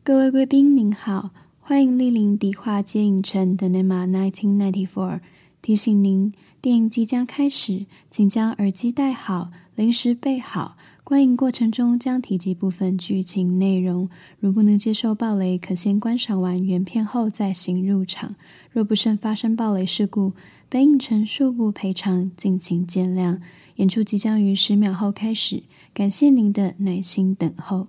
各位贵宾您好，欢迎莅临迪化街影城的 Cinema 1994。提醒您，电影即将开始，请将耳机戴好，零食备好。观影过程中将提及部分剧情内容，如不能接受爆雷，可先观赏完原片后再行入场。若不慎发生爆雷事故，本影城恕不赔偿，敬请见谅。演出即将于10秒后开始，感谢您的耐心等候。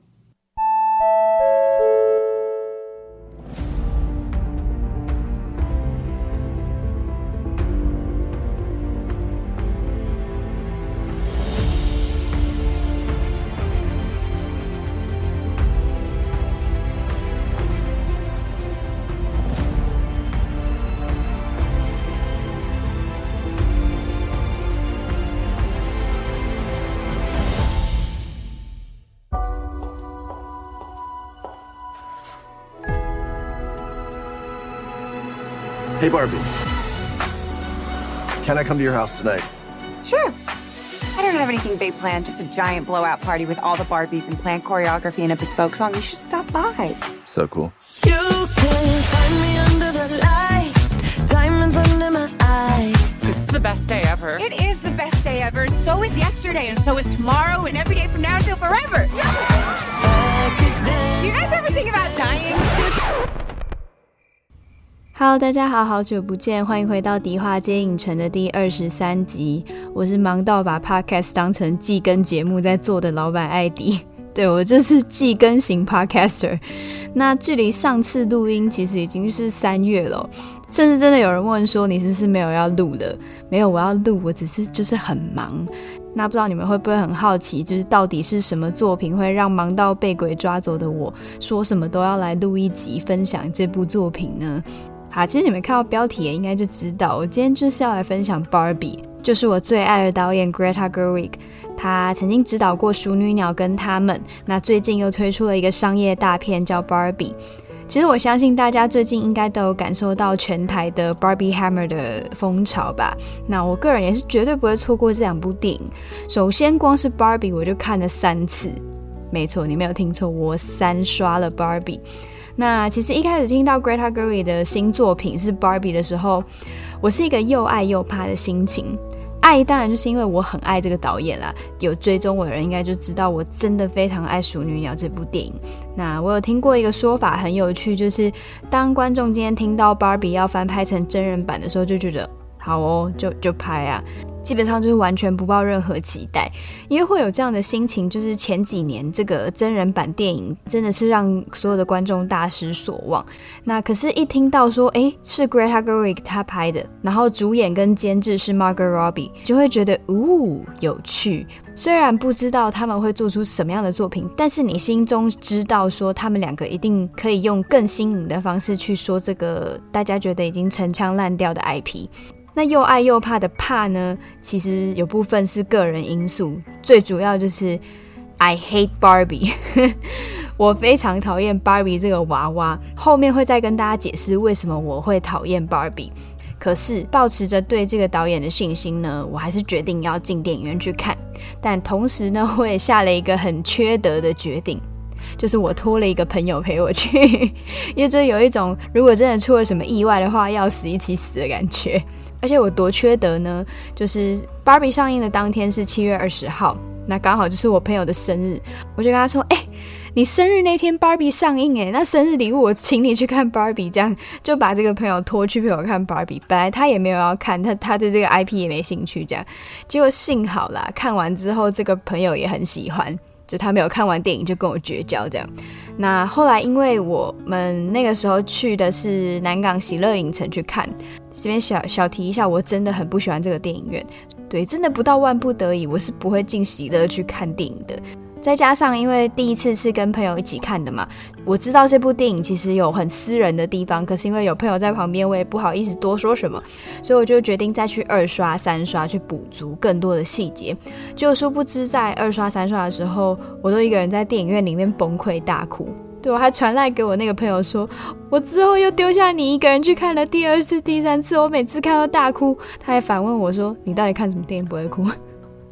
Hey, Barbie. Can I come to your house tonight? Sure. I don't have anything big planned, just a giant blowout party with all the Barbies and planned choreography and a bespoke song. You should stop by. So cool. You can find me under the lights, diamonds under my eyes. This is the best day ever. It is the best day ever. So is yesterday, and so is tomorrow, and every day from now until forever. Do you guys ever think about dying? Hello， 大家好，好久不见，欢迎回到迪化街影城的第23集。我是忙到把 Podcast 当成季更节目在做的老板艾迪。对，我就是季更型 Podcaster。那距离上次录音其实已经是3月了，甚至真的有人问说你是不是没有要录了？没有，我要录，我只是就是很忙。那不知道你们会不会很好奇，就是到底是什么作品会让忙到被鬼抓走的我说什么都要来录一集分享这部作品呢？好，其实你们看到标题也应该就知道，我今天就是要来分享 Barbie， 就是我最爱的导演 Greta Gerwig， 他曾经指导过《熟女鸟》跟他们，那最近又推出了一个商业大片叫 Barbie。其实我相信大家最近应该都有感受到全台的 Barbie Hammer 的风潮吧，那我个人也是绝对不会错过这两部电影。首先光是 Barbie 我就看了3次，没错，你没有听错，我3刷了 Barbie。那其实一开始听到 Greta Gerwig 的新作品是 Barbie 的时候，我是一个又爱又怕的心情。爱当然就是因为我很爱这个导演啦，有追踪我的人应该就知道我真的非常爱《熟女鸟》这部电影。那我有听过一个说法很有趣，就是当观众今天听到 Barbie 要翻拍成真人版的时候，就觉得好哦，就拍啊，基本上就是完全不抱任何期待，因为会有这样的心情，就是前几年这个真人版电影真的是让所有的观众大失所望。那可是一听到说是 Greta Gerwig 他拍的，然后主演跟监制是 Margot Robbie， 就会觉得有趣。虽然不知道他们会做出什么样的作品，但是你心中知道说他们两个一定可以用更新颖的方式去说这个大家觉得已经陈腔滥调的 IP。那又爱又怕的怕呢，其实有部分是个人因素，最主要就是 I hate Barbie 我非常讨厌 Barbie 这个娃娃，后面会再跟大家解释为什么我会讨厌 Barbie。可是抱持着对这个导演的信心呢，我还是决定要进电影院去看。但同时呢，我也下了一个很缺德的决定，就是我拖了一个朋友陪我去因为就有一种如果真的出了什么意外的话，要死一起死的感觉。而且我多缺德呢，就是 Barbie 上映的当天是7月20号，那刚好就是我朋友的生日，我就跟他说你生日那天 Barbie 上映那生日礼物我请你去看 Barbie， 这样就把这个朋友拖去陪我看 Barbie。 本来他也没有要看，他对这个 IP 也没兴趣，这样结果幸好啦，看完之后这个朋友也很喜欢，就他没有看完电影就跟我绝交这样。那后来因为我们那个时候去的是南港喜乐影城去看，这边小提一下，我真的很不喜欢这个电影院，对，真的不到万不得已我是不会进喜乐去看电影的。再加上因为第一次是跟朋友一起看的嘛，我知道这部电影其实有很私人的地方，可是因为有朋友在旁边，我也不好意思多说什么，所以我就决定再去2刷3刷去补足更多的细节。结果殊不知在2刷3刷的时候，我都一个人在电影院里面崩溃大哭。对，我还传赖给我那个朋友说，我之后又丢下你一个人去看了第2次第3次，我每次看到大哭。他还反问我说，你到底看什么电影不会哭？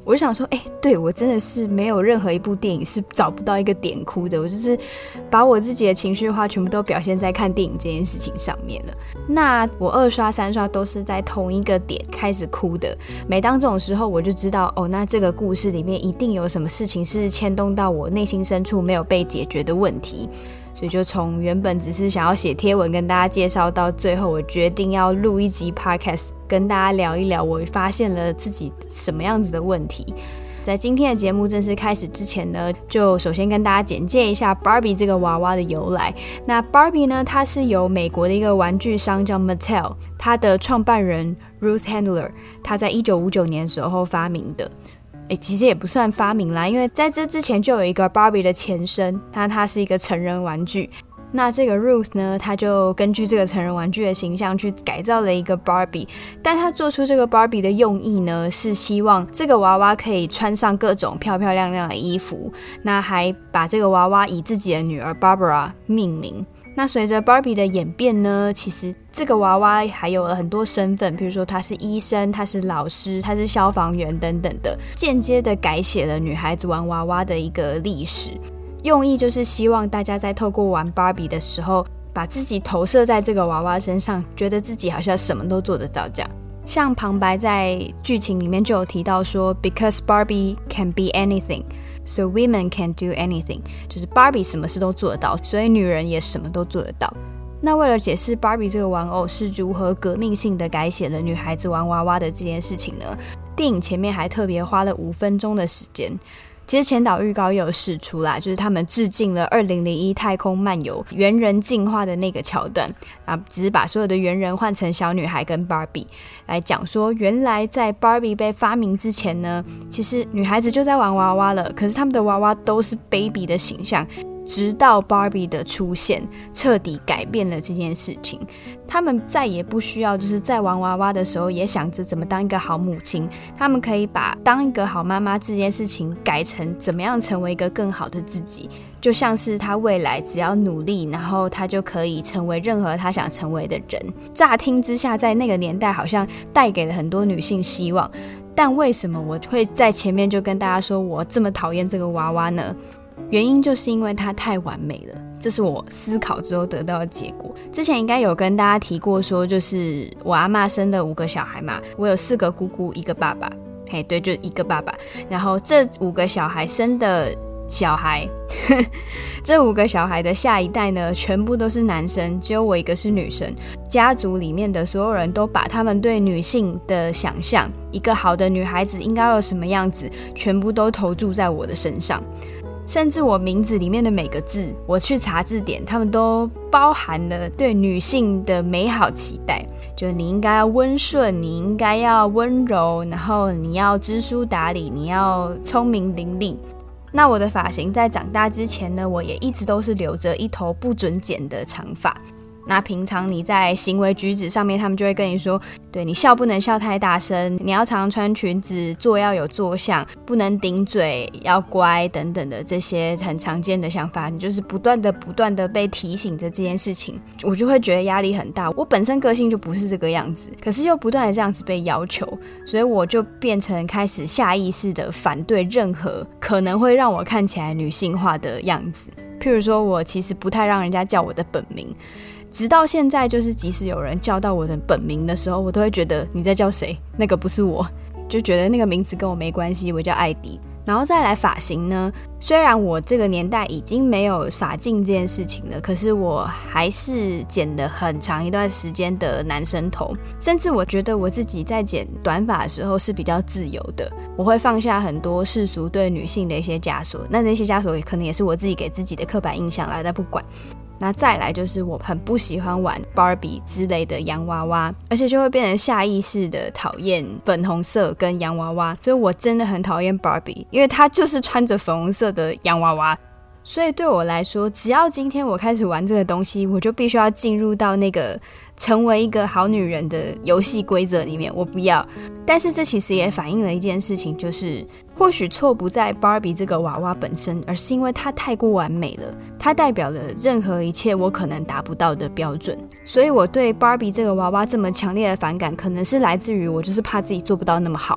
我就想说对，我真的是没有任何一部电影是找不到一个点哭的，我就是把我自己的情绪化全部都表现在看电影这件事情上面了。那我2刷3刷都是在同一个点开始哭的，每当这种时候我就知道那这个故事里面一定有什么事情是牵动到我内心深处没有被解决的问题，所以就从原本只是想要写贴文跟大家介绍，到最后我决定要录一集 podcast 跟大家聊一聊我发现了自己什么样子的问题。在今天的节目正式开始之前呢，就首先跟大家简介一下 Barbie 这个娃娃的由来。那 Barbie 呢，它是由美国的一个玩具商叫 Mattel， 它的创办人 Ruth Handler， 他在1959年的时候发明的。其实也不算发明啦，因为在这之前就有一个 Barbie 的前身，它是一个成人玩具。那这个 Ruth 呢，他就根据这个成人玩具的形象去改造了一个 Barbie， 但他做出这个 Barbie 的用意呢，是希望这个娃娃可以穿上各种漂漂亮亮的衣服，那还把这个娃娃以自己的女儿 Barbara 命名。那随着 Barbie 的演变呢，其实这个娃娃还有了很多身份，比如说她是医生，她是老师，她是消防员等等的，间接的改写了女孩子玩娃娃的一个历史。用意就是希望大家在透过玩 Barbie 的时候，把自己投射在这个娃娃身上，觉得自己好像什么都做得到这样。像旁白在剧情里面就有提到说 Because Barbie can be anything, so women can do anything， 就是 Barbie 什么事都做得到，所以女人也什么都做得到。那为了解释 Barbie 这个玩偶是如何革命性的改写了女孩子玩娃娃的这件事情呢，电影前面还特别花了5分钟的时间。其实前导预告也有释出啦，就是他们致敬了2001太空漫游猿人进化的那个桥段只是把所有的猿人换成小女孩跟 Barbie 来讲说，原来在 Barbie 被发明之前呢，其实女孩子就在玩娃娃了，可是他们的娃娃都是 baby 的形象，直到 Barbie 的出现彻底改变了这件事情。他们再也不需要就是在玩娃娃的时候也想着怎么当一个好母亲，他们可以把当一个好妈妈这件事情改成怎么样成为一个更好的自己，就像是他未来只要努力，然后他就可以成为任何他想成为的人。乍听之下在那个年代好像带给了很多女性希望，但为什么我会在前面就跟大家说我这么讨厌这个娃娃呢？原因就是因为它太完美了，这是我思考之后得到的结果。之前应该有跟大家提过说，就是我阿嬷生的5个小孩嘛，我有4个姑姑1个爸爸，对，就1个爸爸，然后这5个小孩生的小孩这5个小孩的下一代呢，全部都是男生，只有我一个是女生。家族里面的所有人都把他们对女性的想象，一个好的女孩子应该有什么样子，全部都投注在我的身上。甚至我名字里面的每个字，我去查字典，他们都包含了对女性的美好期待，就你应该要温顺，你应该要温柔，然后你要知书达理，你要聪明伶俐。那我的发型在长大之前呢，我也一直都是留着一头不准剪的长发。那平常你在行为举止上面，他们就会跟你说，对，你笑不能笑太大声，你要常穿裙子，坐要有坐相，不能顶嘴，要乖等等的这些很常见的想法，你就是不断的被提醒着这件事情，我就会觉得压力很大。我本身个性就不是这个样子，可是又不断的这样子被要求，所以我就变成开始下意识的反对任何可能会让我看起来女性化的样子。譬如说我其实不太让人家叫我的本名，直到现在，就是即使有人叫到我的本名的时候，我都会觉得你在叫谁？那个不是我，就觉得那个名字跟我没关系，我叫艾迪。然后再来发型呢，虽然我这个年代已经没有发镜这件事情了，可是我还是剪了很长一段时间的男生头，甚至我觉得我自己在剪短发的时候是比较自由的，我会放下很多世俗对女性的一些枷锁，那些枷锁可能也是我自己给自己的刻板印象啦，但不管。那再来就是我很不喜欢玩 Barbie 之类的洋娃娃，而且就会变成下意识的讨厌粉红色跟洋娃娃，所以我真的很讨厌 Barbie， 因为她就是穿着粉红色的洋娃娃。所以对我来说，只要今天我开始玩这个东西，我就必须要进入到那个成为一个好女人的游戏规则里面，我不要。但是这其实也反映了一件事情，就是或许错不在 Barbie 这个娃娃本身，而是因为它太过完美了，它代表了任何一切我可能达不到的标准。所以我对 Barbie 这个娃娃这么强烈的反感，可能是来自于我就是怕自己做不到那么好。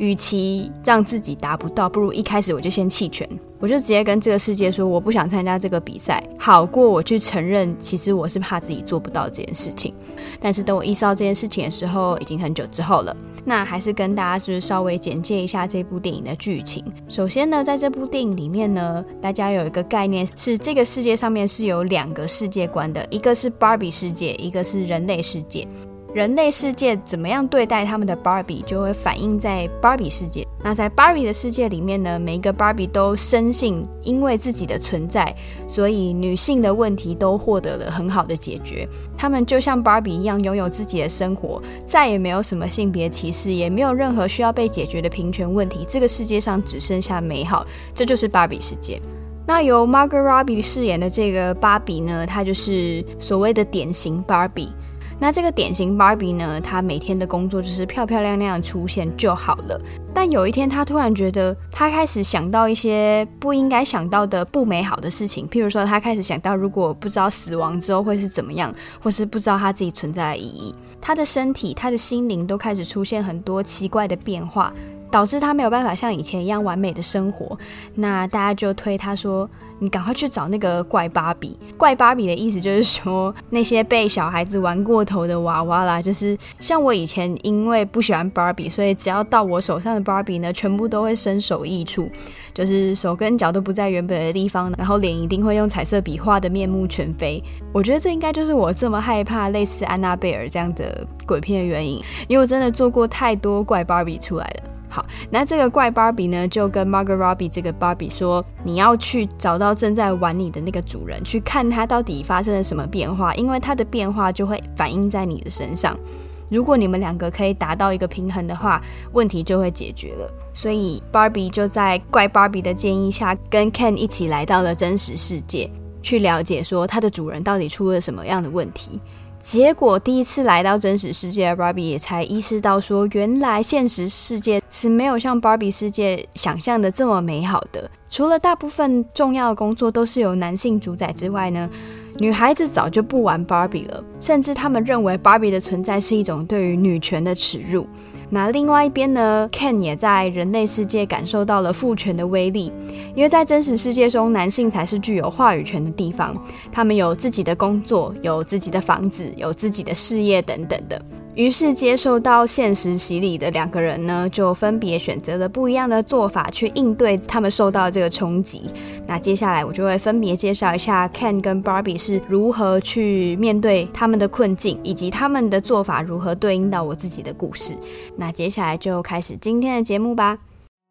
与其让自己达不到，不如一开始我就先弃权，我就直接跟这个世界说我不想参加这个比赛，好过我去承认其实我是怕自己做不到这件事情。但是等我意识到这件事情的时候，已经很久之后了。那还是跟大家是稍微简介一下这部电影的剧情。首先呢，在这部电影里面呢，大家有一个概念是这个世界上面是有2个世界观的，一个是 Barbie 世界，一个是人类世界。人类世界怎么样对待他们的 Barbie 就会反映在 Barbie 世界。那在 Barbie 的世界里面呢，每一个 Barbie 都深信因为自己的存在，所以女性的问题都获得了很好的解决。他们就像 Barbie 一样拥有自己的生活，再也没有什么性别歧视，也没有任何需要被解决的平权问题，这个世界上只剩下美好，这就是 Barbie 世界。那由 Margot Robbie 饰演的这个芭比呢，她就是所谓的典型 Barbie。那这个典型 Barbie 呢，她每天的工作就是漂漂亮亮的出现就好了。但有一天她突然觉得她开始想到一些不应该想到的不美好的事情，譬如说她开始想到如果不知道死亡之后会是怎么样，或是不知道她自己存在的意义。她的身体她的心灵都开始出现很多奇怪的变化，导致他没有办法像以前一样完美的生活。那大家就推他说，你赶快去找那个怪芭比。怪芭比的意思就是说那些被小孩子玩过头的娃娃啦，就是像我以前因为不喜欢芭比，所以只要到我手上的芭比呢，全部都会身首异处，就是手跟脚都不在原本的地方，然后脸一定会用彩色笔画的面目全非。我觉得这应该就是我这么害怕类似安娜贝尔这样的鬼片的原因，因为我真的做过太多怪芭比出来了。好，那这个怪芭比呢，就跟 Margot Robbie 这个芭比说，你要去找到正在玩你的那个主人，去看他到底发生了什么变化，因为他的变化就会反映在你的身上。如果你们2个可以达到一个平衡的话，问题就会解决了。所以 Barbie 就在怪芭比的建议下，跟 Ken 一起来到了真实世界，去了解说他的主人到底出了什么样的问题。结果第一次来到真实世界的 Barbie 也才意识到说，原来现实世界是没有像 Barbie 世界想象的这么美好的。除了大部分重要的工作都是由男性主宰之外呢，女孩子早就不玩 Barbie 了，甚至他们认为 Barbie 的存在是一种对于女权的耻辱。那另外一边呢， Ken 也在人类世界感受到了父权的威力，因为在真实世界中，男性才是具有话语权的地方，他们有自己的工作，有自己的房子，有自己的事业等等的。于是接受到现实洗礼的2个人呢，就分别选择了不一样的做法去应对他们受到的这个冲击。那接下来我就会分别介绍一下 Ken 跟 Barbie 是如何去面对他们的困境，以及他们的做法如何对应到我自己的故事。那接下来就开始今天的节目吧。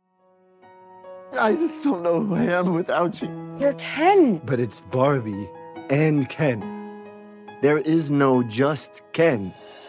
I just don't know who I am without you. You're Ken. But it's Barbie and Ken. There is no just Ken.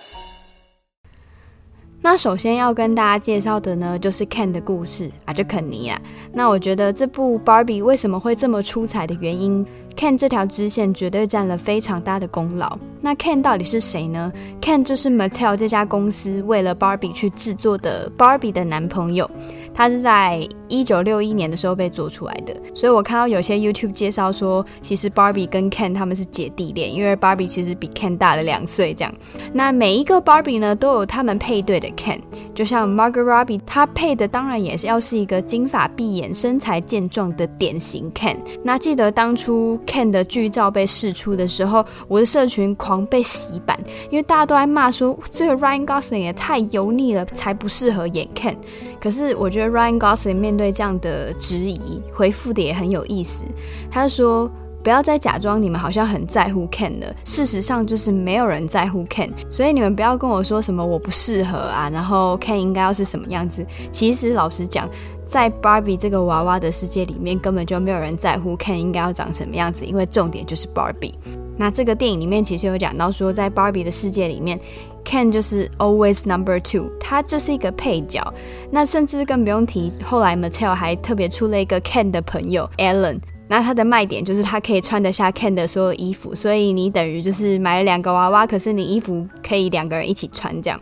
那首先要跟大家介绍的呢，就是 Ken 的故事啊，就肯尼啊。那我觉得这部 Barbie 为什么会这么出彩的原因， Ken 这条支线绝对占了非常大的功劳。那 Ken 到底是谁呢？ Ken 就是 Mattel 这家公司为了 Barbie 去制作的 Barbie 的男朋友，他是在1961年的时候被做出来的。所以我看到有些 YouTube 介绍说，其实 Barbie 跟 Ken 他们是姐弟恋，因为 Barbie 其实比 Ken 大了2岁这样。那每一个 Barbie 呢，都有他们配对的 Ken， 就像 Margot Robbie 她配的当然也是要是一个金发碧眼身材健壮的典型 Ken。 那记得当初 Ken 的剧照被释出的时候，我的社群狂被洗版，因为大家都在骂说这个 Ryan Gosling 也太油腻了，才不适合演 Ken。 可是我觉得 Ryan Gosling 面对这样的质疑回复的也很有意思，他说不要再假装你们好像很在乎 Ken 了，事实上就是没有人在乎 Ken， 所以你们不要跟我说什么我不适合啊，然后 Ken 应该要是什么样子。其实老实讲，在 Barbie 这个娃娃的世界里面，根本就没有人在乎 Ken 应该要长什么样子，因为重点就是 Barbie。 那这个电影里面其实有讲到说，在 Barbie 的世界里面， Ken 就是 always number 2， 他就是一个配角。那甚至更不用提，后来 Mattel 还特别出了一个 Ken 的朋友 Alan，那它的卖点就是它可以穿得下 Ken 的所有衣服，所以你等于就是买了2个娃娃，可是你衣服可以2个人一起穿这样。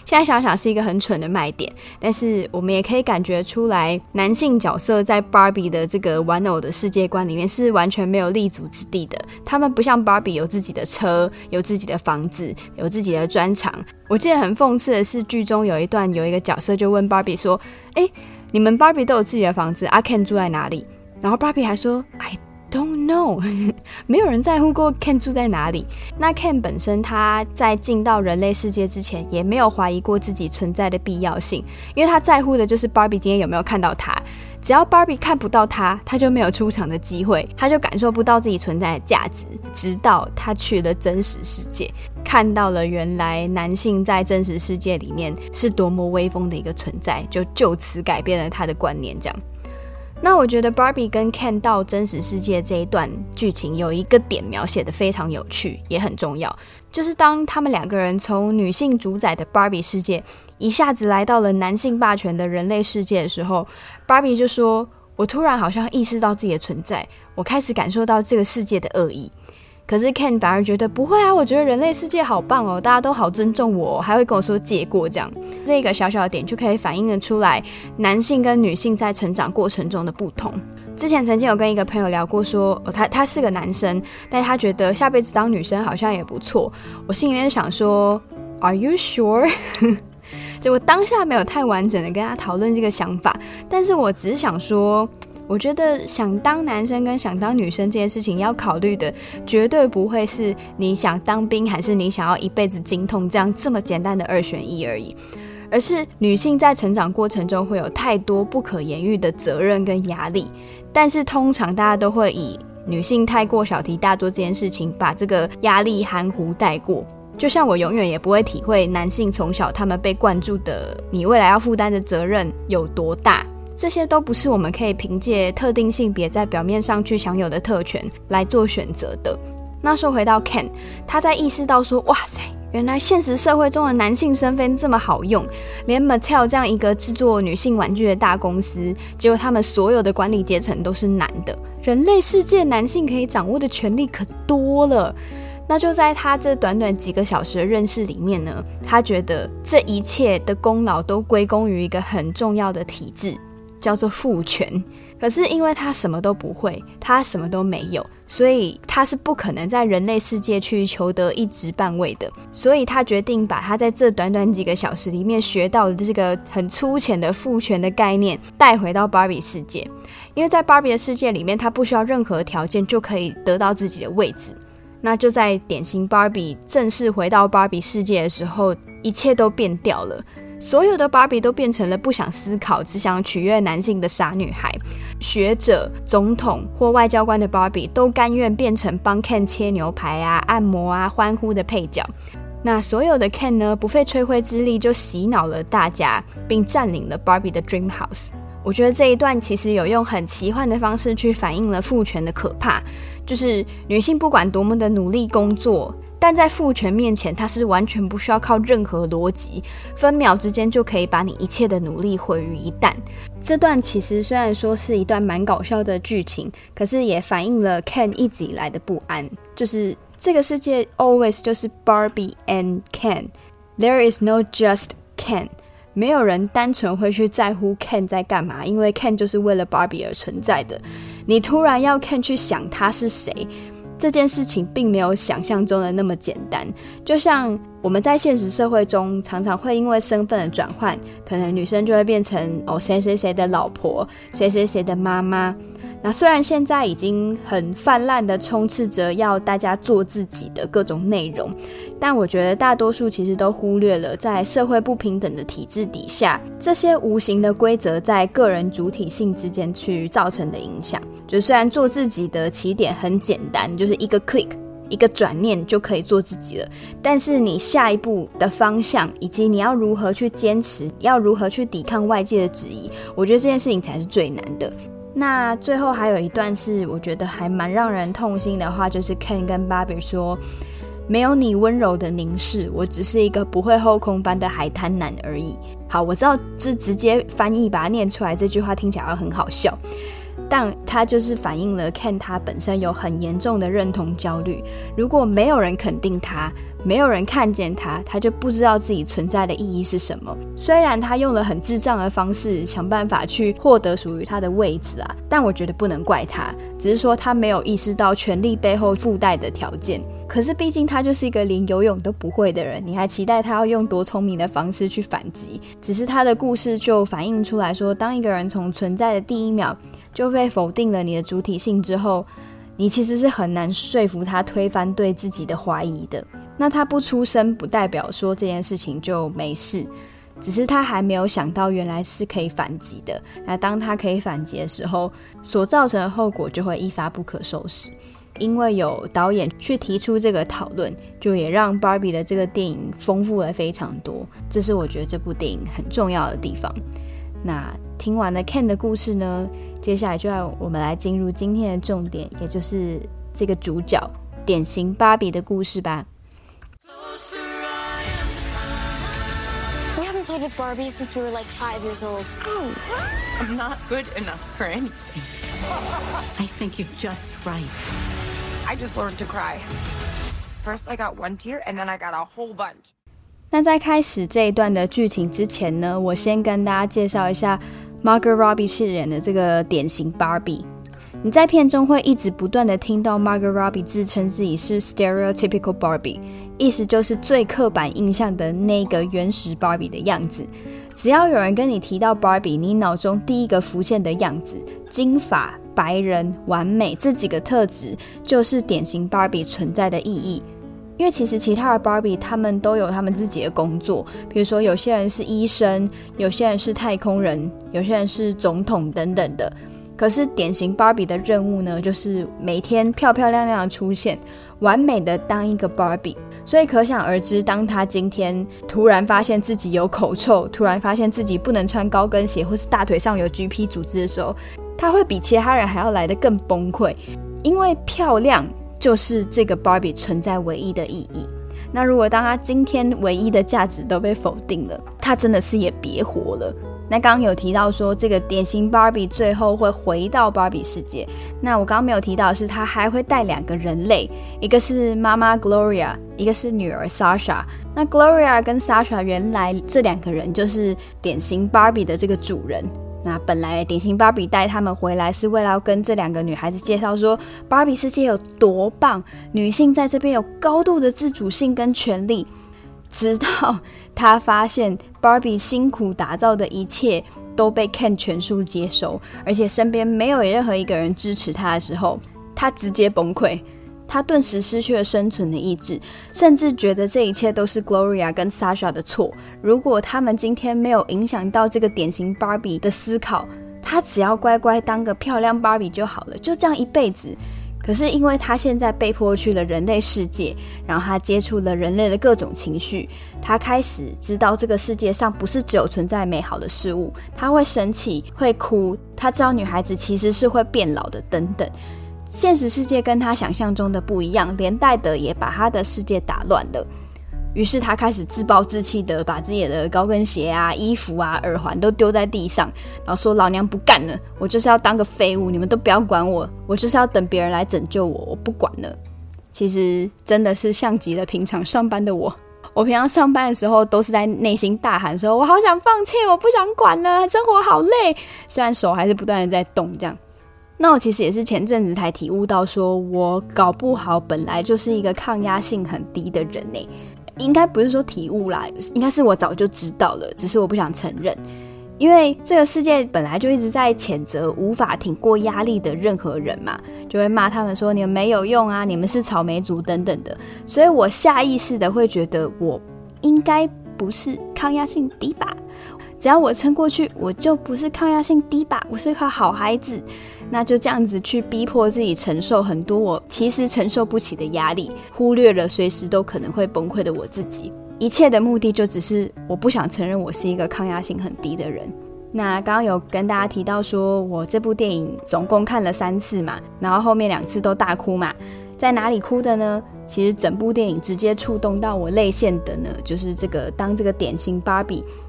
现在想想是一个很蠢的卖点，但是我们也可以感觉出来，男性角色在 Barbie 的这个玩偶的世界观里面是完全没有立足之地的。他们不像 Barbie 有自己的车，有自己的房子，有自己的专长。我记得很讽刺的是，剧中有一段有一个角色就问 Barbie 说，你们 Barbie 都有自己的房子，Ken 住在哪里？然后 Barbie 还说 I don't know 没有人在乎过 Ken 住在哪里。那 Ken 本身他在进到人类世界之前也没有怀疑过自己存在的必要性，因为他在乎的就是 Barbie 今天有没有看到他。只要 Barbie 看不到他，他就没有出场的机会，他就感受不到自己存在的价值，直到他去了真实世界，看到了原来男性在真实世界里面是多么威风的一个存在，就此改变了他的观念这样。那我觉得 Barbie 跟 Ken 到真实世界这一段剧情有一个点描写的非常有趣，也很重要，就是当他们两个人从女性主宰的 Barbie 世界一下子来到了男性霸权的人类世界的时候， Barbie 就说，我突然好像意识到自己的存在，我开始感受到这个世界的恶意。可是 Ken 反而觉得不会啊，我觉得人类世界好棒哦，大家都好尊重我，还会跟我说借过这样。这个小小的点就可以反映得出来男性跟女性在成长过程中的不同。之前曾经有跟一个朋友聊过说，他是个男生，但他觉得下辈子当女生好像也不错。我心里面想说 Are you sure？ 结果当下没有太完整的跟他讨论这个想法，但是我只是想说，我觉得想当男生跟想当女生这件事情要考虑的绝对不会是你想当兵还是你想要一辈子经痛这么简单的2选1而已，而是女性在成长过程中会有太多不可言喻的责任跟压力，但是通常大家都会以女性太过小题大做这件事情把这个压力含糊带过。就像我永远也不会体会男性从小他们被灌注的你未来要负担的责任有多大，这些都不是我们可以凭借特定性别在表面上去享有的特权来做选择的。那说回到 Ken， 他在意识到说，哇塞，原来现实社会中的男性身份这么好用，连 Mattel 这样一个制作女性玩具的大公司，结果他们所有的管理阶层都是男的，人类世界男性可以掌握的权力可多了。那就在他这短短几个小时的认识里面呢，他觉得这一切的功劳都归功于一个很重要的体制，叫做父权。可是因为他什么都不会，他什么都没有，所以他是不可能在人类世界去求得一职半位的。所以他决定把他在这短短几个小时里面学到的这个很粗浅的父权的概念带回到 Barbie 世界。因为在 Barbie 的世界里面，他不需要任何条件就可以得到自己的位置。那就在典型 Barbie 正式回到 Barbie 世界的时候，一切都变掉了。所有的 Barbie 都变成了不想思考，只想取悦男性的傻女孩。学者、总统或外交官的 Barbie 都甘愿变成帮 Ken 切牛排啊、按摩啊、欢呼的配角。那所有的 Ken 呢，不费吹灰之力就洗脑了大家，并占领了 Barbie 的 Dream House。我觉得这一段其实有用很奇幻的方式去反映了父权的可怕，就是女性不管多么的努力工作，但在父权面前，她是完全不需要靠任何逻辑，分秒之间就可以把你一切的努力毁于一旦。这段其实虽然说是一段蛮搞笑的剧情，可是也反映了 Ken 一直以来的不安，就是这个世界 always 就是 Barbie and Ken， There is no just Ken，没有人单纯会去在乎 Ken 在干嘛，因为 Ken 就是为了 Barbie 而存在的。你突然要 Ken 去想他是谁，这件事情并没有想象中的那么简单。就像我们在现实社会中常常会因为身份的转换，可能女生就会变成谁谁谁的老婆，谁谁谁的妈妈。那虽然现在已经很泛滥的充斥着要大家做自己的各种内容，但我觉得大多数其实都忽略了在社会不平等的体制底下，这些无形的规则在个人主体性之间去造成的影响。就虽然做自己的起点很简单，就是一个 click 一个转念就可以做自己了，但是你下一步的方向以及你要如何去坚持，要如何去抵抗外界的质疑，我觉得这件事情才是最难的。那最后还有一段是我觉得还蛮让人痛心的话，就是 Ken 跟 Barbie 说，没有你温柔的凝视，我只是一个不会后空翻的海滩男而已。好，我知道这直接翻译把它念出来，这句话听起来很好笑， 但它就是反映了 Ken 他本身有很严重的认同焦虑。如果没有人肯定他，没有人看见他，他就不知道自己存在的意义是什么。虽然他用了很智障的方式想办法去获得属于他的位置啊，但我觉得不能怪他，只是说他没有意识到权力背后附带的条件。可是毕竟他就是一个连游泳都不会的人，你还期待他要用多聪明的方式去反击？只是他的故事就反映出来说，当一个人从存在的第一秒就被否定了你的主体性之后，你其实是很难说服他推翻对自己的怀疑的。那他不出声不代表说这件事情就没事，只是他还没有想到原来是可以反击的。那当他可以反击的时候，所造成的后果就会一发不可收拾。因为有导演去提出这个讨论，就也让 Barbie 的这个电影丰富了非常多，这是我觉得这部电影很重要的地方。那听完了 Ken 的故事呢，接下来就要我们来进入今天的重点，也就是这个主角典型芭比的故事吧。 We haven't played with Barbie since we were like 5 years old. Oh, I'm not good enough for anything. I think you're just right. I just learned to cry. First I got one tear, and then I got a whole bunch. 那在开始这一段的剧情之前呢，我先跟大家介绍一下 Margot Robbie 饰演的这个典型 Barbie。你在片中会一直不断的听到 Margot Robbie 自称自己是 stereotypical Barbie， 意思就是最刻板印象的那个原始 Barbie 的样子。只要有人跟你提到 Barbie， 你脑中第一个浮现的样子，金发、白人、完美这几个特质，就是典型 Barbie 存在的意义。因为其实其他的 Barbie 他们都有他们自己的工作，比如说有些人是医生，有些人是太空人，有些人是总统等等的。可是典型 Barbie 的任务呢，就是每天漂漂亮亮的出现，完美的当一个 Barbie。所以可想而知，当他今天突然发现自己有口臭，突然发现自己不能穿高跟鞋，或是大腿上有 GP 组织的时候，他会比其他人还要来得更崩溃。因为漂亮就是这个 Barbie 存在唯一的意义。那如果当他今天唯一的价值都被否定了，他真的是也别活了。那刚刚有提到说这个典型 Barbie 最后会回到 Barbie 世界，那我刚刚没有提到的是他还会带2个人类，一个是妈妈 Gloria， 一个是女儿 Sasha。 那 Gloria 跟 Sasha 原来这2个人就是典型 Barbie 的这个主人。那本来典型 Barbie 带他们回来是为了要跟这2个女孩子介绍说 Barbie 世界有多棒，女性在这边有高度的自主性跟权利。直到他发现 Barbie 辛苦打造的一切都被 Ken 全数接收，而且身边没有任何一个人支持他的时候，他直接崩溃。他顿时失去了生存的意志，甚至觉得这一切都是 Gloria 跟 Sasha 的错。如果他们今天没有影响到这个典型 Barbie 的思考，他只要乖乖当个漂亮 Barbie 就好了，就这样一辈子。可是因为他现在被迫去了人类世界，然后他接触了人类的各种情绪，他开始知道这个世界上不是只有存在美好的事物，他会生气，会哭，他知道女孩子其实是会变老的等等。现实世界跟他想象中的不一样，连带的也把他的世界打乱了。于是他开始自暴自弃的把自己的高跟鞋啊、衣服啊、耳环都丢在地上，然后说老娘不干了，我就是要当个废物，你们都不要管我，我就是要等别人来拯救我，我不管了。其实真的是像极了平常上班的我平常上班的时候都是在内心大喊说我好想放弃，我不想管了，生活好累，虽然手还是不断的在动这样。那我其实也是前阵子才体悟到说我搞不好本来就是一个抗压性很低的人欸。应该不是说体悟啦，应该是我早就知道了，只是我不想承认。因为这个世界本来就一直在谴责无法挺过压力的任何人嘛，就会骂他们说你们没有用啊，你们是草莓族等等的。所以我下意识的会觉得我应该不是抗压性低吧，只要我撑过去，我就不是抗压性低吧，我是个好孩子。那就这样子去逼迫自己承受很多我其实承受不起的压力，忽略了随时都可能会崩溃的我自己。一切的目的就只是我不想承认我是一个抗压性很低的人。那刚刚有跟大家提到说我这部电影总共看了3次嘛，然后后面2次都大哭嘛。在哪里哭的呢？其实整部电影直接触动到我泪腺的呢，就是当这个典型 Barbie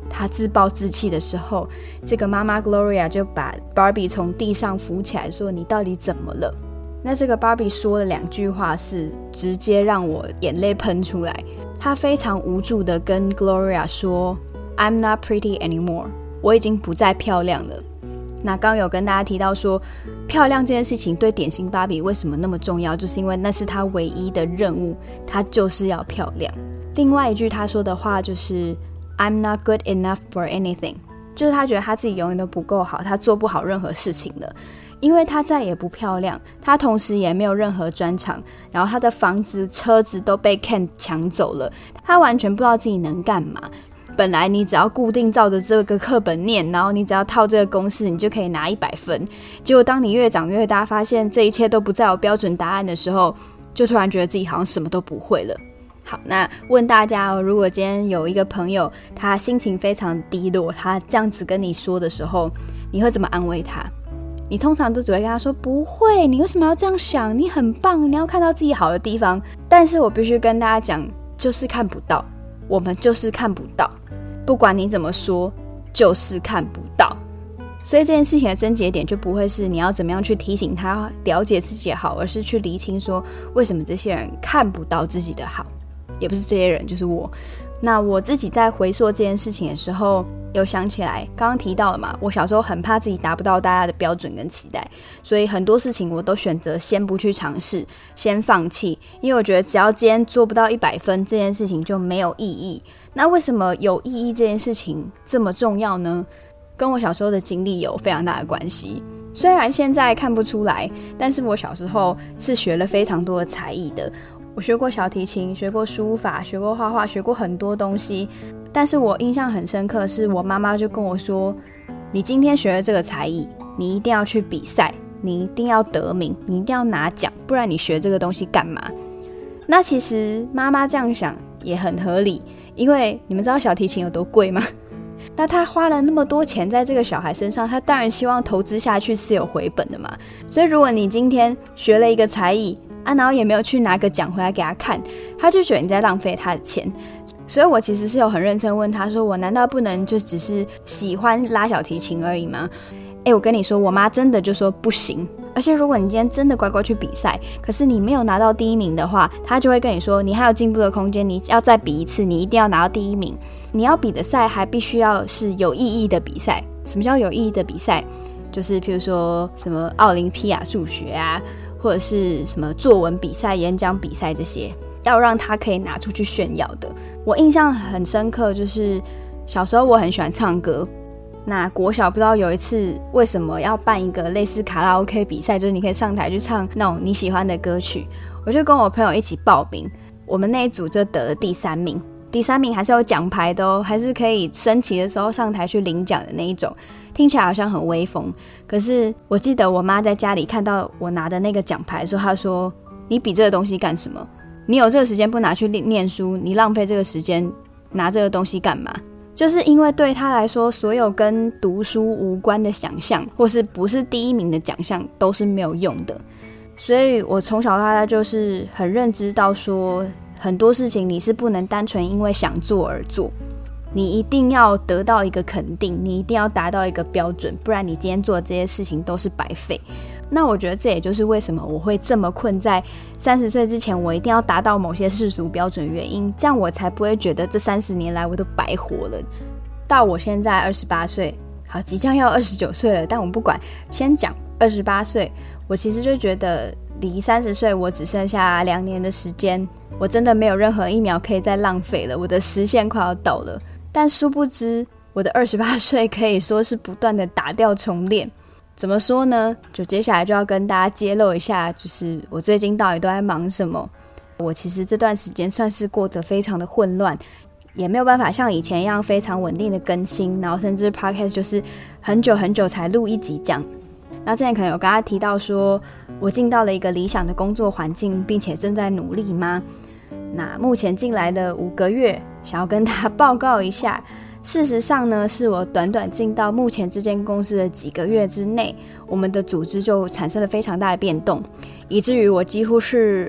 他自暴自弃的时候，这个妈妈 Gloria 就把 Barbie 从地上扶起来说，你到底怎么了？那这个 Barbie 说了2句话是直接让我眼泪喷出来。她非常无助的跟 Gloria 说 I'm not pretty anymore， 我已经不再漂亮了。那刚有跟大家提到说，漂亮这件事情对典型芭比为什么那么重要，就是因为那是她唯一的任务，她就是要漂亮。另外一句她说的话就是 I'm not good enough for anything， 就是她觉得她自己永远都不够好，她做不好任何事情了，因为她再也不漂亮，她同时也没有任何专长，然后她的房子车子都被 Ken 抢走了，她完全不知道自己能干嘛。本来你只要固定照着这个课本念，然后你只要套这个公式，你就可以拿100分。结果当你越长越大，发现这一切都不再有标准答案的时候，就突然觉得自己好像什么都不会了。好，那问大家如果今天有一个朋友他心情非常低落，他这样子跟你说的时候，你会怎么安慰他？你通常都只会跟他说，不会，你为什么要这样想，你很棒，你要看到自己好的地方。但是我必须跟大家讲，就是看不到，我们就是看不到，不管你怎么说，就是看不到。所以这件事情的症结点就不会是你要怎么样去提醒他了解自己的好，而是去厘清说为什么这些人看不到自己的好。也不是这些人，就是我。那我自己在回溯这件事情的时候，有想起来刚刚提到了嘛，我小时候很怕自己达不到大家的标准跟期待，所以很多事情我都选择先不去尝试，先放弃，因为我觉得只要今天做不到100分，这件事情就没有意义。那为什么有意义这件事情这么重要呢？跟我小时候的经历有非常大的关系。虽然现在看不出来，但是我小时候是学了非常多的才艺的。我学过小提琴，学过书法，学过画画，学过很多东西。但是我印象很深刻，是我妈妈就跟我说，你今天学了这个才艺，你一定要去比赛，你一定要得名，你一定要拿奖，不然你学这个东西干嘛？那其实妈妈这样想也很合理，因为你们知道小提琴有多贵吗？那他花了那么多钱在这个小孩身上，他当然希望投资下去是有回本的嘛。所以如果你今天学了一个才艺然后也没有去拿个奖回来给他看，他就觉得你在浪费他的钱。所以我其实是有很认真问他说，我难道不能就只是喜欢拉小提琴而已吗？我跟你说，我妈真的就说不行。而且如果你今天真的乖乖去比赛，可是你没有拿到第1名的话，她就会跟你说你还有进步的空间，你要再比一次，你一定要拿到第1名。你要比的赛还必须要是有意义的比赛。什么叫有意义的比赛？就是譬如说什么奥林匹亚数学啊，或者是什么作文比赛、演讲比赛，这些要让他可以拿出去炫耀的。我印象很深刻，就是小时候我很喜欢唱歌，那国小不知道有一次为什么要办一个类似卡拉 OK 比赛，就是你可以上台去唱那种你喜欢的歌曲，我就跟我朋友一起报名，我们那一组就得了第3名。第3名还是有奖牌的哦，还是可以升旗的时候上台去领奖的那一种，听起来好像很威风。可是我记得我妈在家里看到我拿的那个奖牌的时候，她说，你比这个东西干什么？你有这个时间不拿去念书，你浪费这个时间拿这个东西干嘛？就是因为对她来说，所有跟读书无关的奖项，或是不是第1名的奖项都是没有用的。所以我从小到大就是很认知到说，很多事情你是不能单纯因为想做而做，你一定要得到一个肯定，你一定要达到一个标准，不然你今天做的这些事情都是白费。那我觉得这也就是为什么我会这么困在30岁之前我一定要达到某些世俗标准的原因，这样我才不会觉得这30年来我都白活了。到我现在28岁，好，即将要29岁了，但我不管，先讲28岁，我其实就觉得离30岁我只剩下2年的时间，我真的没有任何1秒可以再浪费了，我的时限快要到了。但殊不知我的28岁可以说是不断的打掉重练。怎么说呢？就接下来就要跟大家揭露一下，就是我最近到底都在忙什么。我其实这段时间算是过得非常的混乱，也没有办法像以前一样非常稳定的更新，然后甚至 podcast 就是很久很久才录1集这样。那之前可能有跟他提到说我进到了一个理想的工作环境，并且正在努力吗？那目前进来的5个月，想要跟大家报告一下，事实上呢，是我短短进到目前这间公司的几个月之内，我们的组织就产生了非常大的变动，以至于我几乎是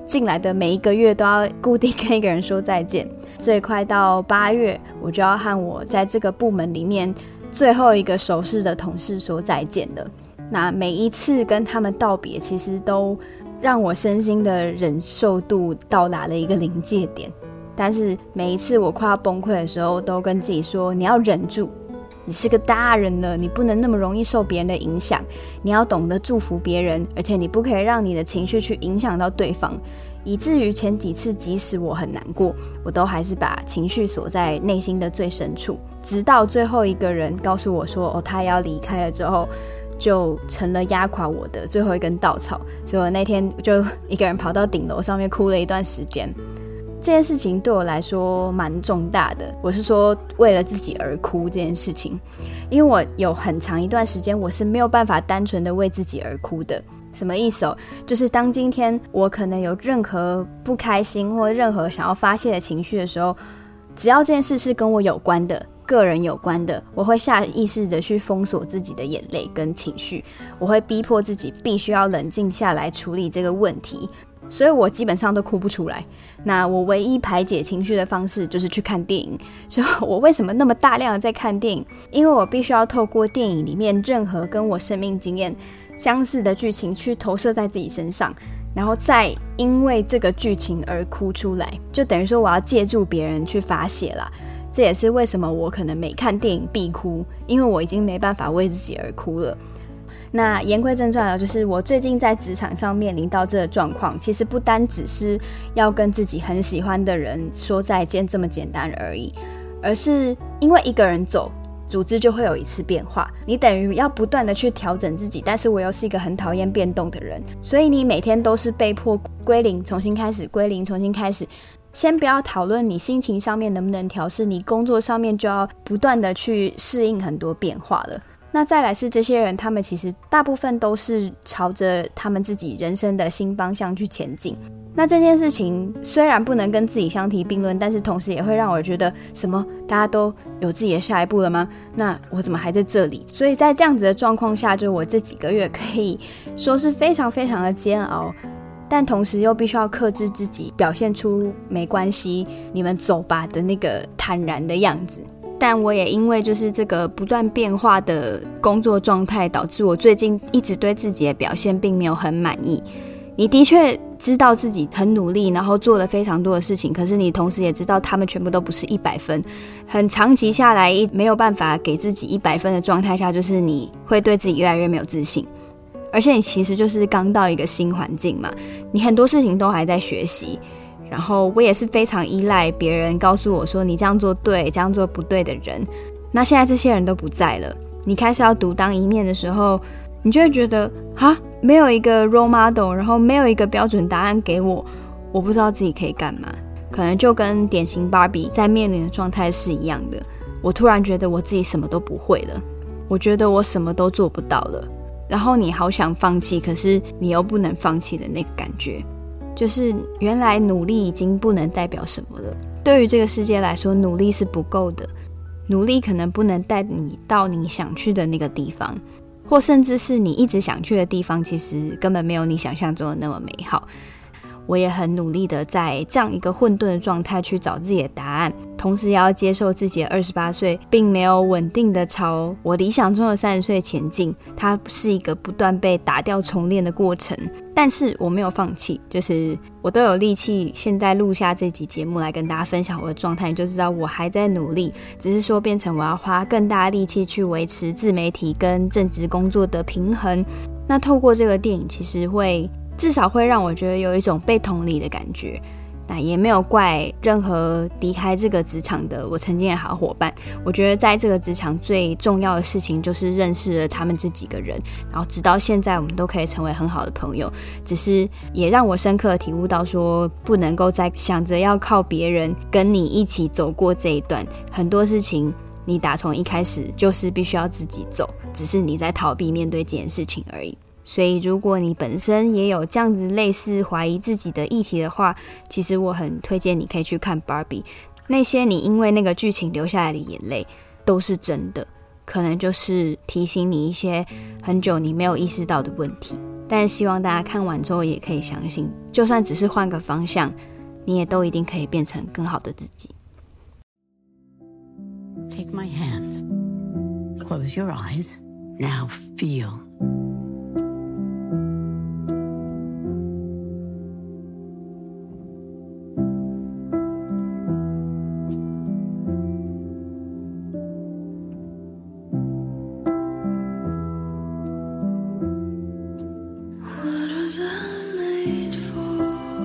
进来的每一个月都要固定跟一个人说再见，最快到8月我就要和我在这个部门里面最后一个熟识的同事说再见了。那每一次跟他们道别，其实都让我身心的忍受度到达了一个临界点，但是每一次我快要崩溃的时候，都跟自己说你要忍住，你是个大人了，你不能那么容易受别人的影响，你要懂得祝福别人，而且你不可以让你的情绪去影响到对方，以至于前几次即使我很难过，我都还是把情绪锁在内心的最深处，直到最后一个人告诉我说他也要离开了之后，就成了压垮我的最后一根稻草。所以我那天就一个人跑到顶楼上面哭了一段时间。这件事情对我来说蛮重大的，我是说为了自己而哭这件事情，因为我有很长一段时间我是没有办法单纯的为自己而哭的。什么意思就是当今天我可能有任何不开心或任何想要发泄的情绪的时候，只要这件事是跟我有关的，个人有关的，我会下意识的去封锁自己的眼泪跟情绪，我会逼迫自己必须要冷静下来处理这个问题，所以我基本上都哭不出来。那我唯一排解情绪的方式就是去看电影。所以我为什么那么大量的在看电影？因为我必须要透过电影里面任何跟我生命经验相似的剧情去投射在自己身上，然后再因为这个剧情而哭出来，就等于说我要借助别人去发泄啦。这也是为什么我可能每看电影必哭，因为我已经没办法为自己而哭了。那言归正传，就是我最近在职场上面临到这个状况，其实不单只是要跟自己很喜欢的人说再见这么简单而已，而是因为一个人走，组织就会有一次变化，你等于要不断的去调整自己，但是我又是一个很讨厌变动的人，所以你每天都是被迫归零重新开始，归零重新开始。先不要讨论你心情上面能不能调试，你工作上面就要不断的去适应很多变化了。那再来是这些人，他们其实大部分都是朝着他们自己人生的新方向去前进。那这件事情虽然不能跟自己相提并论，但是同时也会让我觉得，什么大家都有自己的下一步了吗？那我怎么还在这里？所以在这样子的状况下，就我这几个月可以说是非常非常的煎熬，但同时又必须要克制自己，表现出没关系，你们走吧的那个坦然的样子。但我也因为就是这个不断变化的工作状态，导致我最近一直对自己的表现并没有很满意。你的确知道自己很努力，然后做了非常多的事情，可是你同时也知道他们全部都不是100分。很长期下来没有办法给自己100分的状态下，就是你会对自己越来越没有自信，而且你其实就是刚到一个新环境嘛，你很多事情都还在学习。然后我也是非常依赖别人告诉我说你这样做对，这样做不对的人。那现在这些人都不在了，你开始要独当一面的时候，你就会觉得没有一个 role model， 然后没有一个标准答案给我，我不知道自己可以干嘛。可能就跟典型 Barbie 在面临的状态是一样的。我突然觉得我自己什么都不会了，我觉得我什么都做不到了，然后你好想放弃，可是你又不能放弃的那个感觉，就是原来努力已经不能代表什么了。对于这个世界来说，努力是不够的，努力可能不能带你到你想去的那个地方，或甚至是你一直想去的地方，其实根本没有你想象中的那么美好。我也很努力的在这样一个混沌的状态去找自己的答案，同时也要接受自己的28岁并没有稳定的朝我理想中的30岁前进，它是一个不断被打掉重练的过程。但是我没有放弃，就是我都有力气现在录下这集节目来跟大家分享我的状态，你就知道我还在努力，只是说变成我要花更大的力气去维持自媒体跟正职工作的平衡。那透过这个电影，其实会至少会让我觉得有一种被同理的感觉。那也没有怪任何离开这个职场的我曾经的好伙伴，我觉得在这个职场最重要的事情就是认识了他们这几个人，然后直到现在我们都可以成为很好的朋友。只是也让我深刻的体悟到说，不能够再想着要靠别人跟你一起走过这一段，很多事情你打从一开始就是必须要自己走，只是你在逃避面对这件事情而已。所以如果你本身也有这样子类似怀疑自己的议题的话，其实我很推荐你可以去看 Barbie， 那些你因为那个剧情流下来的眼泪都是真的， 可能就是提醒你一些很久你没有意识到的问题。但是希望大家看完之后也可以相信，就算只是换个方向，你也都一定可以变成更好的自己。 Take my hands. Close your eyes. Now feel. Was I made for?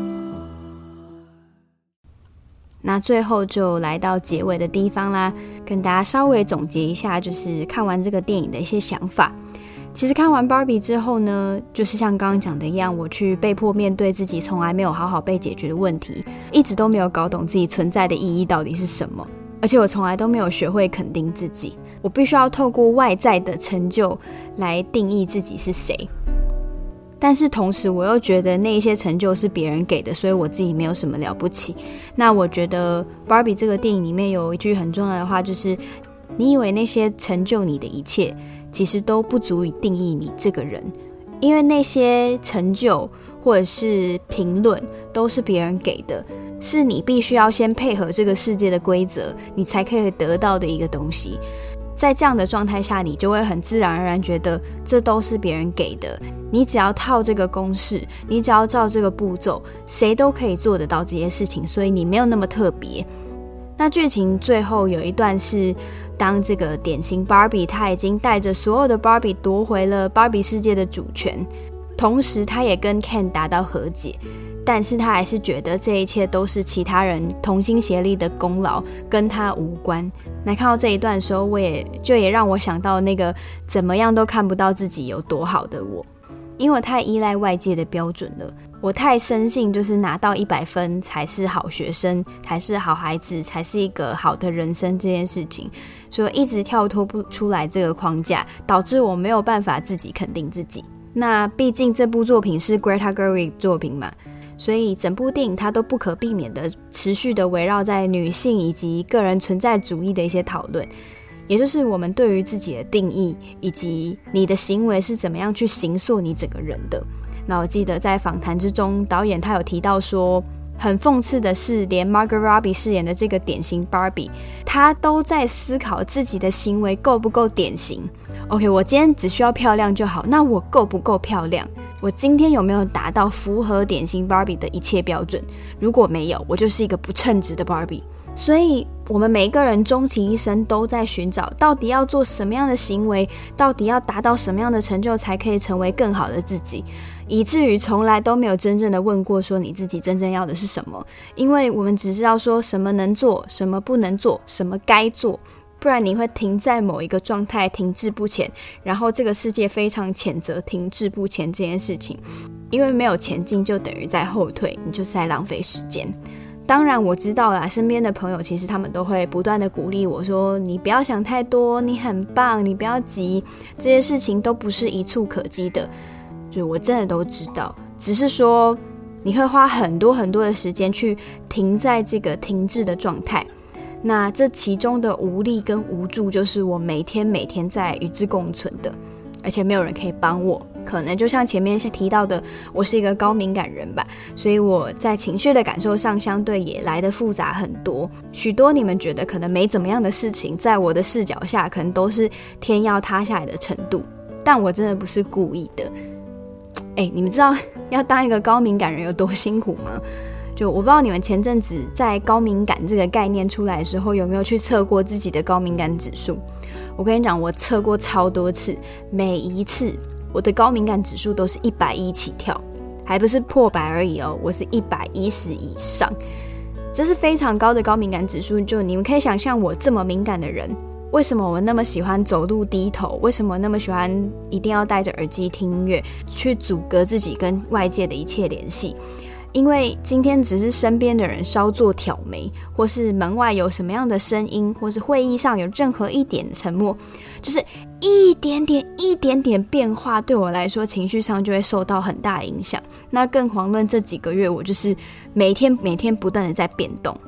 那最后就来到结尾的地方啦，跟大家稍微总结一下，就是看完这个电影的一些想法。其实看完 Barbie 之后呢，就是像刚刚讲的一样，我去被迫面对自己从来没有好好被解决的问题，一直都没有搞懂自己存在的意义到底是什么，而且我从来都没有学会肯定自己，我必须要透过外在的成就来定义自己是谁。但是同时我又觉得那一些成就是别人给的，所以我自己没有什么了不起。那我觉得 Barbie 这个电影里面有一句很重要的话，就是你以为那些成就你的一切其实都不足以定义你这个人，因为那些成就或者是评论都是别人给的，是你必须要先配合这个世界的规则你才可以得到的一个东西。在这样的状态下，你就会很自然而然觉得这都是别人给的，你只要套这个公式，你只要照这个步骤，谁都可以做得到这些事情，所以你没有那么特别。那剧情最后有一段是当这个典型 Barbie 他已经带着所有的 Barbie 夺回了 Barbie 世界的主权，同时他也跟 Ken 达到和解，但是他还是觉得这一切都是其他人同心协力的功劳，跟他无关。那看到这一段的时候，也让我想到那个怎么样都看不到自己有多好的我，因为我太依赖外界的标准了，我太深信就是拿到100分才是好学生，才是好孩子，才是一个好的人生这件事情，所以一直跳脱不出来这个框架，导致我没有办法自己肯定自己。那毕竟这部作品是 Greta Gerwig 作品嘛，所以整部电影它都不可避免的持续的围绕在女性以及个人存在主义的一些讨论，也就是我们对于自己的定义，以及你的行为是怎么样去形塑你整个人的。那我记得在访谈之中，导演他有提到说，很讽刺的是，连 Margot Robbie 饰演的这个典型 Barbie， 她都在思考自己的行为够不够典型。OK， 我今天只需要漂亮就好，那我够不够漂亮？我今天有没有达到符合典型 Barbie 的一切标准？如果没有，我就是一个不称职的 Barbie。所以我们每一个人终其一生都在寻找，到底要做什么样的行为，到底要达到什么样的成就，才可以成为更好的自己，以至于从来都没有真正的问过说你自己真正要的是什么。因为我们只知道说什么能做，什么不能做，什么该做，不然你会停在某一个状态，停滞不前，然后这个世界非常谴责停滞不前这件事情，因为没有前进就等于在后退，你就是在浪费时间。当然我知道啦，身边的朋友其实他们都会不断的鼓励我说，你不要想太多，你很棒，你不要急，这些事情都不是一触可及的，就我真的都知道，只是说你会花很多很多的时间去停在这个停滞的状态，那这其中的无力跟无助就是我每天在与之共存的，而且没有人可以帮我。可能就像前面提到的，我是一个高敏感人吧，所以我在情绪的感受上相对也来得复杂很多。许多你们觉得可能没怎么样的事情，在我的视角下可能都是天要塌下来的程度，但我真的不是故意的。你们知道要当一个高敏感人有多辛苦吗？就我不知道你们前阵子在高敏感这个概念出来的时候有没有去测过自己的高敏感指数。我跟你讲，我测过超多次，每一次我的高敏感指数都是110起跳，还不是破100而已哦，我是110以上，这是非常高的高敏感指数。就你们可以想象我这么敏感的人，为什么我那么喜欢走路低头，为什么那么喜欢一定要戴着耳机听音乐，去阻隔自己跟外界的一切联系。因为今天只是身边的人稍作挑眉，或是门外有什么样的声音，或是会议上有任何一点沉默，就是一点点变化，对我来说情绪上就会受到很大的影响。那更遑论这几个月我就是每天不断的在变动，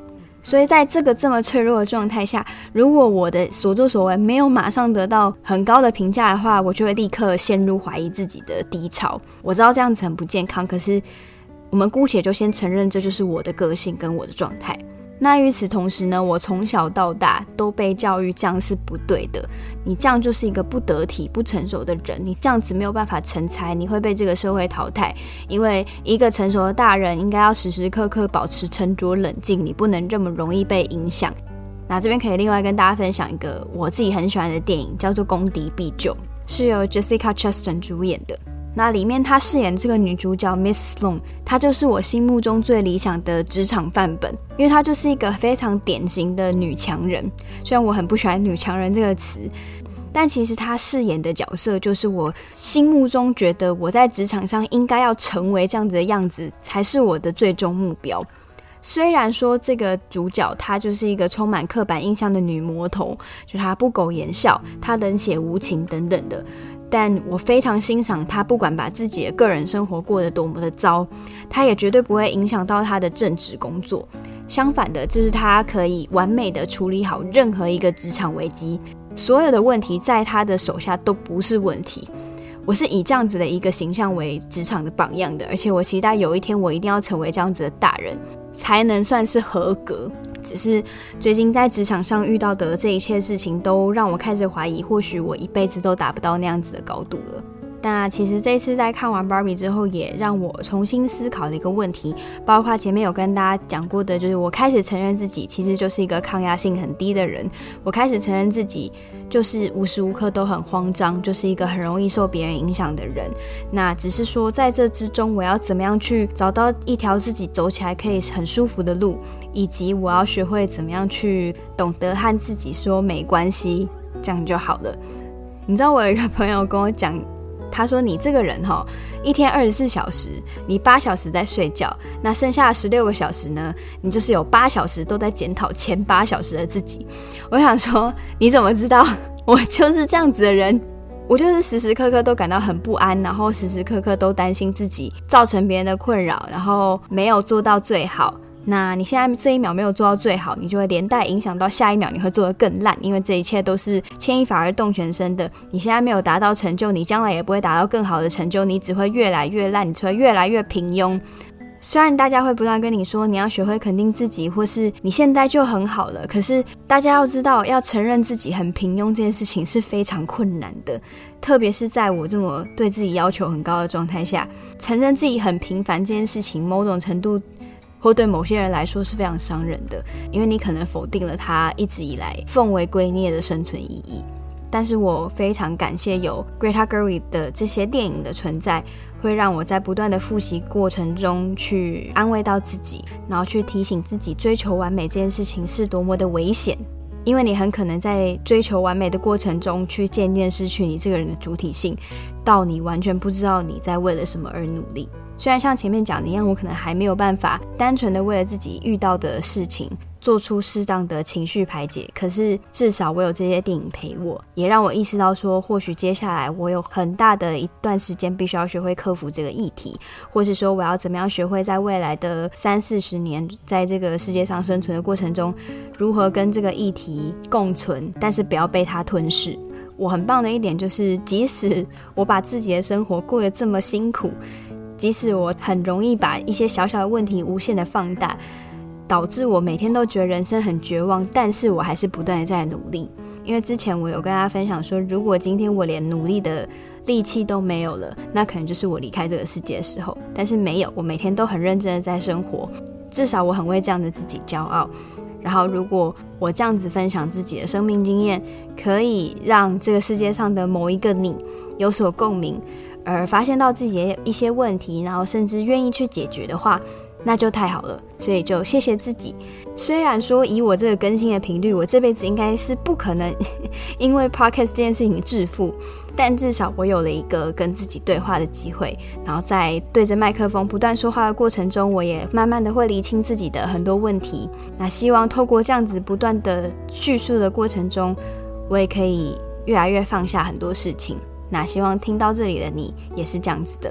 所以在这个这么脆弱的状态下，如果我的所作所为没有马上得到很高的评价的话，我就会立刻陷入怀疑自己的低潮。我知道这样子很不健康，可是我们姑且就先承认这就是我的个性跟我的状态。那与此同时呢，我从小到大都被教育这样是不对的，你这样就是一个不得体不成熟的人，你这样子没有办法成才，你会被这个社会淘汰，因为一个成熟的大人应该要时时刻刻保持沉着冷静，你不能这么容易被影响。那这边可以另外跟大家分享一个我自己很喜欢的电影，叫做《攻敌必救》，是由 Jessica Chastain 主演的。那里面她饰演这个女主角 Miss Sloan， 她就是我心目中最理想的职场范本，因为她就是一个非常典型的女强人。虽然我很不喜欢女强人这个词，但其实她饰演的角色就是我心目中觉得我在职场上应该要成为这样子的样子，才是我的最终目标。虽然说这个主角她就是一个充满刻板印象的女魔头，就她不苟言笑，她冷血无情等等的，但我非常欣赏她，不管把自己的个人生活过得多么的糟，她也绝对不会影响到她的正职工作。相反的，就是她可以完美的处理好任何一个职场危机，所有的问题在她的手下都不是问题。我是以这样子的一个形象为职场的榜样的，而且我期待有一天我一定要成为这样子的大人，才能算是合格。只是最近在职场上遇到的这一切事情，都让我开始怀疑，或许我一辈子都达不到那样子的高度了。那其实这一次在看完 Barbie 之后，也让我重新思考的一个问题，包括前面有跟大家讲过的，就是我开始承认自己其实就是一个抗压性很低的人，我开始承认自己就是无时无刻都很慌张，就是一个很容易受别人影响的人。那只是说在这之中，我要怎么样去找到一条自己走起来可以很舒服的路，以及我要学会怎么样去懂得和自己说没关系，这样就好了。你知道我有一个朋友跟我讲，他说你这个人一天24小时，你8小时在睡觉，那剩下的16个小时呢，你就是有8小时都在检讨前8小时的自己。我想说你怎么知道我就是这样子的人？我就是时时刻刻都感到很不安，然后时时刻刻都担心自己造成别人的困扰，然后没有做到最好。那你现在这一秒没有做到最好，你就会连带影响到下一秒你会做得更烂，因为这一切都是牵一发而动全身的。你现在没有达到成就，你将来也不会达到更好的成就，你只会越来越烂，你只会越来越平庸。虽然大家会不断跟你说你要学会肯定自己，或是你现在就很好了，可是大家要知道，要承认自己很平庸这件事情是非常困难的，特别是在我这么对自己要求很高的状态下，承认自己很平凡这件事情，某种程度或对某些人来说是非常伤人的，因为你可能否定了他一直以来奉为圭臬的生存意义。但是我非常感谢有 Greta Gerwig 的这些电影的存在，会让我在不断的复习过程中去安慰到自己，然后去提醒自己追求完美这件事情是多么的危险，因为你很可能在追求完美的过程中去渐渐失去你这个人的主体性，到你完全不知道你在为了什么而努力。虽然像前面讲的一样，我可能还没有办法单纯的为了自己遇到的事情做出适当的情绪排解，可是至少我有这些电影陪我，也让我意识到说，或许接下来我有很大的一段时间必须要学会克服这个议题，或是说我要怎么样学会在未来的30-40年在这个世界上生存的过程中，如何跟这个议题共存，但是不要被它吞噬。我很棒的一点就是，即使我把自己的生活过得这么辛苦，即使我很容易把一些小小的问题无限的放大，导致我每天都觉得人生很绝望，但是我还是不断的在努力。因为之前我有跟大家分享说，如果今天我连努力的力气都没有了，那可能就是我离开这个世界的时候。但是没有，我每天都很认真的在生活，至少我很为这样的自己骄傲。然后如果我这样子分享自己的生命经验，可以让这个世界上的某一个你有所共鸣，而发现到自己的一些问题，然后甚至愿意去解决的话，那就太好了。所以就谢谢自己。虽然说以我这个更新的频率，我这辈子应该是不可能因为 podcast 这件事情致富，但至少我有了一个跟自己对话的机会，然后在对着麦克风不断说话的过程中，我也慢慢的会厘清自己的很多问题。那希望透过这样子不断的叙述的过程中，我也可以越来越放下很多事情。那希望听到这里的你也是这样子的。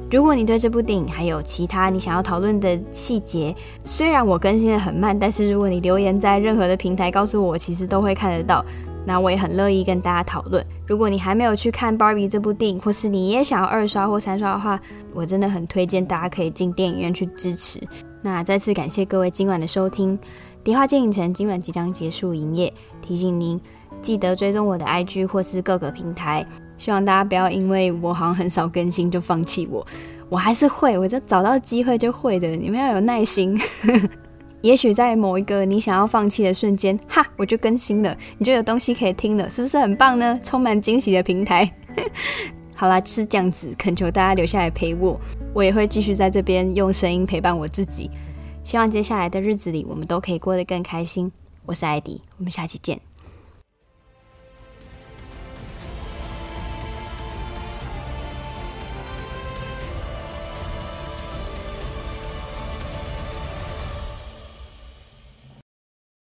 如果你对这部电影还有其他你想要讨论的细节，虽然我更新的很慢，但是如果你留言在任何的平台告诉我，其实都会看得到，那我也很乐意跟大家讨论。如果你还没有去看 Barbie 这部电影，或是你也想要2刷或3刷的话，我真的很推荐大家可以进电影院去支持。那再次感谢各位今晚的收听，迪化街影城今晚即将结束营业，提醒您记得追踪我的 IG 或是各个平台，希望大家不要因为我好像很少更新就放弃我还是会，我就找到机会就会的，你们要有耐心也许在某一个你想要放弃的瞬间，哈，我就更新了，你就有东西可以听了，是不是很棒呢？充满惊喜的平台好啦，就是这样子，恳求大家留下来陪我，我也会继续在这边用声音陪伴我自己，希望接下来的日子里我们都可以过得更开心。我是艾迪，我们下期见。